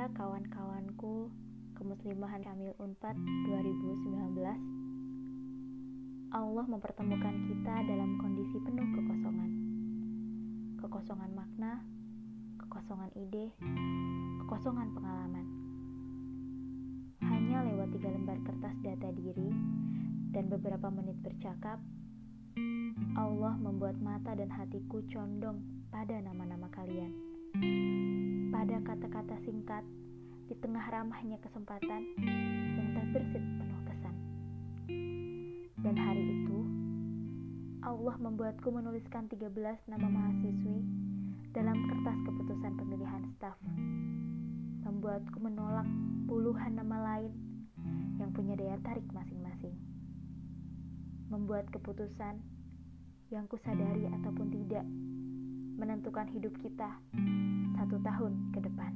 Kepada kawan-kawanku Kemuslimahan Syamil Unpad 2019, Allah mempertemukan kita dalam kondisi penuh kekosongan. Kekosongan makna, kekosongan ide, kekosongan pengalaman. Hanya lewat 3 lembar kertas data diri dan beberapa menit bercakap, Allah membuat mata dan hatiku condong pada nama-nama kalian, pada kata-kata singkat di tengah ramahnya kesempatan yang tak bersit penuh kesan. Dan hari itu Allah membuatku menuliskan 13 nama mahasiswi dalam kertas keputusan pemilihan staf, membuatku menolak puluhan nama lain yang punya daya tarik masing-masing, membuat keputusan yang kusadari ataupun tidak menentukan hidup kita 1 tahun ke depan.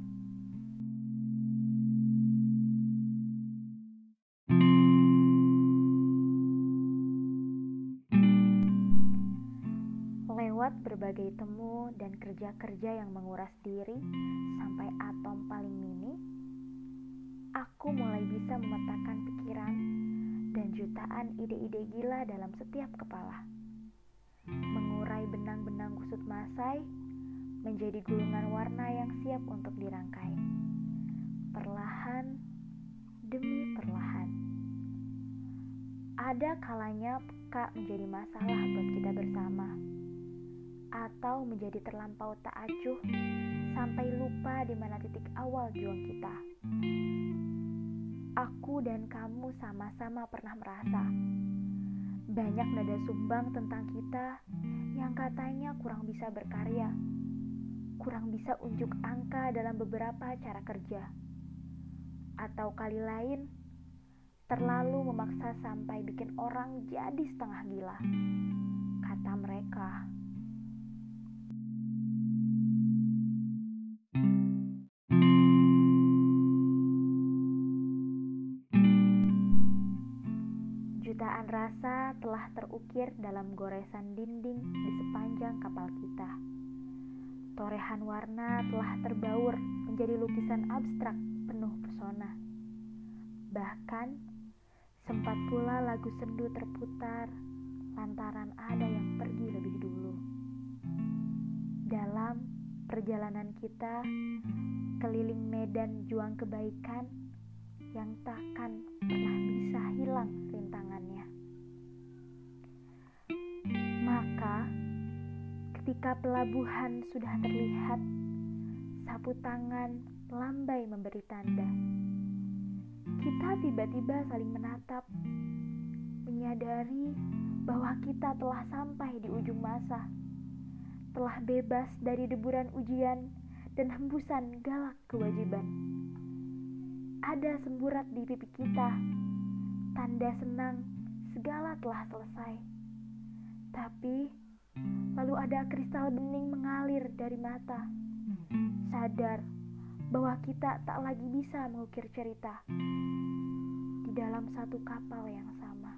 Lewat berbagai temu dan kerja-kerja yang menguras diri sampai atom paling mini, aku mulai bisa memetakan pikiran dan jutaan ide-ide gila dalam setiap kepala. Mengurai benang-benang kusut masai menjadi gulungan warna yang siap untuk dirangkai. Perlahan demi perlahan. Ada kalanya peka menjadi masalah buat kita bersama, atau menjadi terlampau tak acuh sampai lupa di mana titik awal juang kita. Aku dan kamu sama-sama pernah merasa banyak nada sumbang tentang kita yang katanya kurang bisa berkarya, kurang bisa unjuk angka dalam beberapa cara kerja, atau kali lain terlalu memaksa sampai bikin orang jadi setengah gila, kata mereka. Jutaan rasa telah terukir dalam goresan dinding di sepanjang kapal kita. Torehan warna telah terbaur menjadi lukisan abstrak penuh pesona. Bahkan sempat pula lagu sendu terputar lantaran ada yang pergi lebih dulu. Dalam perjalanan kita keliling medan juang kebaikan yang takkan pernah bisa hilang rintangannya. Maka ketika pelabuhan sudah terlihat, sapu tangan melambai memberi tanda. Kita tiba-tiba saling menatap, menyadari bahwa kita telah sampai di ujung masa, telah bebas dari deburan ujian dan hembusan galak kewajiban. Ada semburat di pipi kita, tanda senang segala telah selesai. Tapi lalu ada kristal bening mengalir dari mata, sadar bahwa kita tak lagi bisa mengukir cerita di dalam satu kapal yang sama.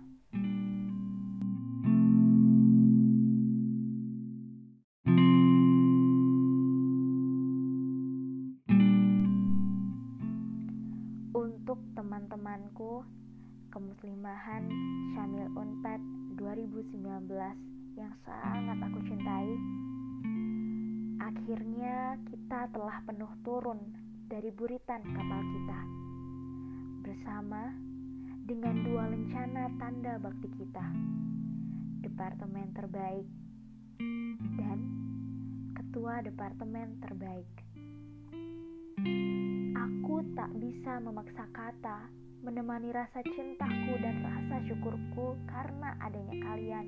Untuk teman-temanku Kemuslimahan Syamil Unpad 2019 yang sangat aku cintai, akhirnya kita telah penuh turun dari buritan kapal kita, bersama dengan 2 lencana tanda bakti kita, departemen terbaik dan ketua departemen terbaik. Aku tak bisa memaksa kata menemani rasa cintaku dan rasa syukurku karena adanya kalian.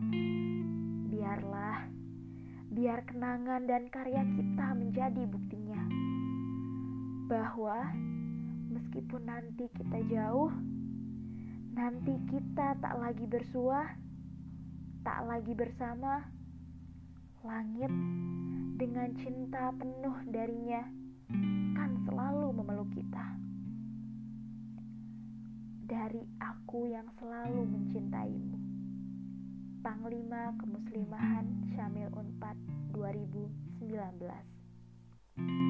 Biar kenangan dan karya kita menjadi buktinya bahwa meskipun nanti kita jauh, nanti kita tak lagi bersua, tak lagi bersama, langit dengan cinta penuh darinya kan selalu memeluk kita. Dari aku yang selalu mencintaimu, Panglima Kemuslimahan Syamil Unpad 2019.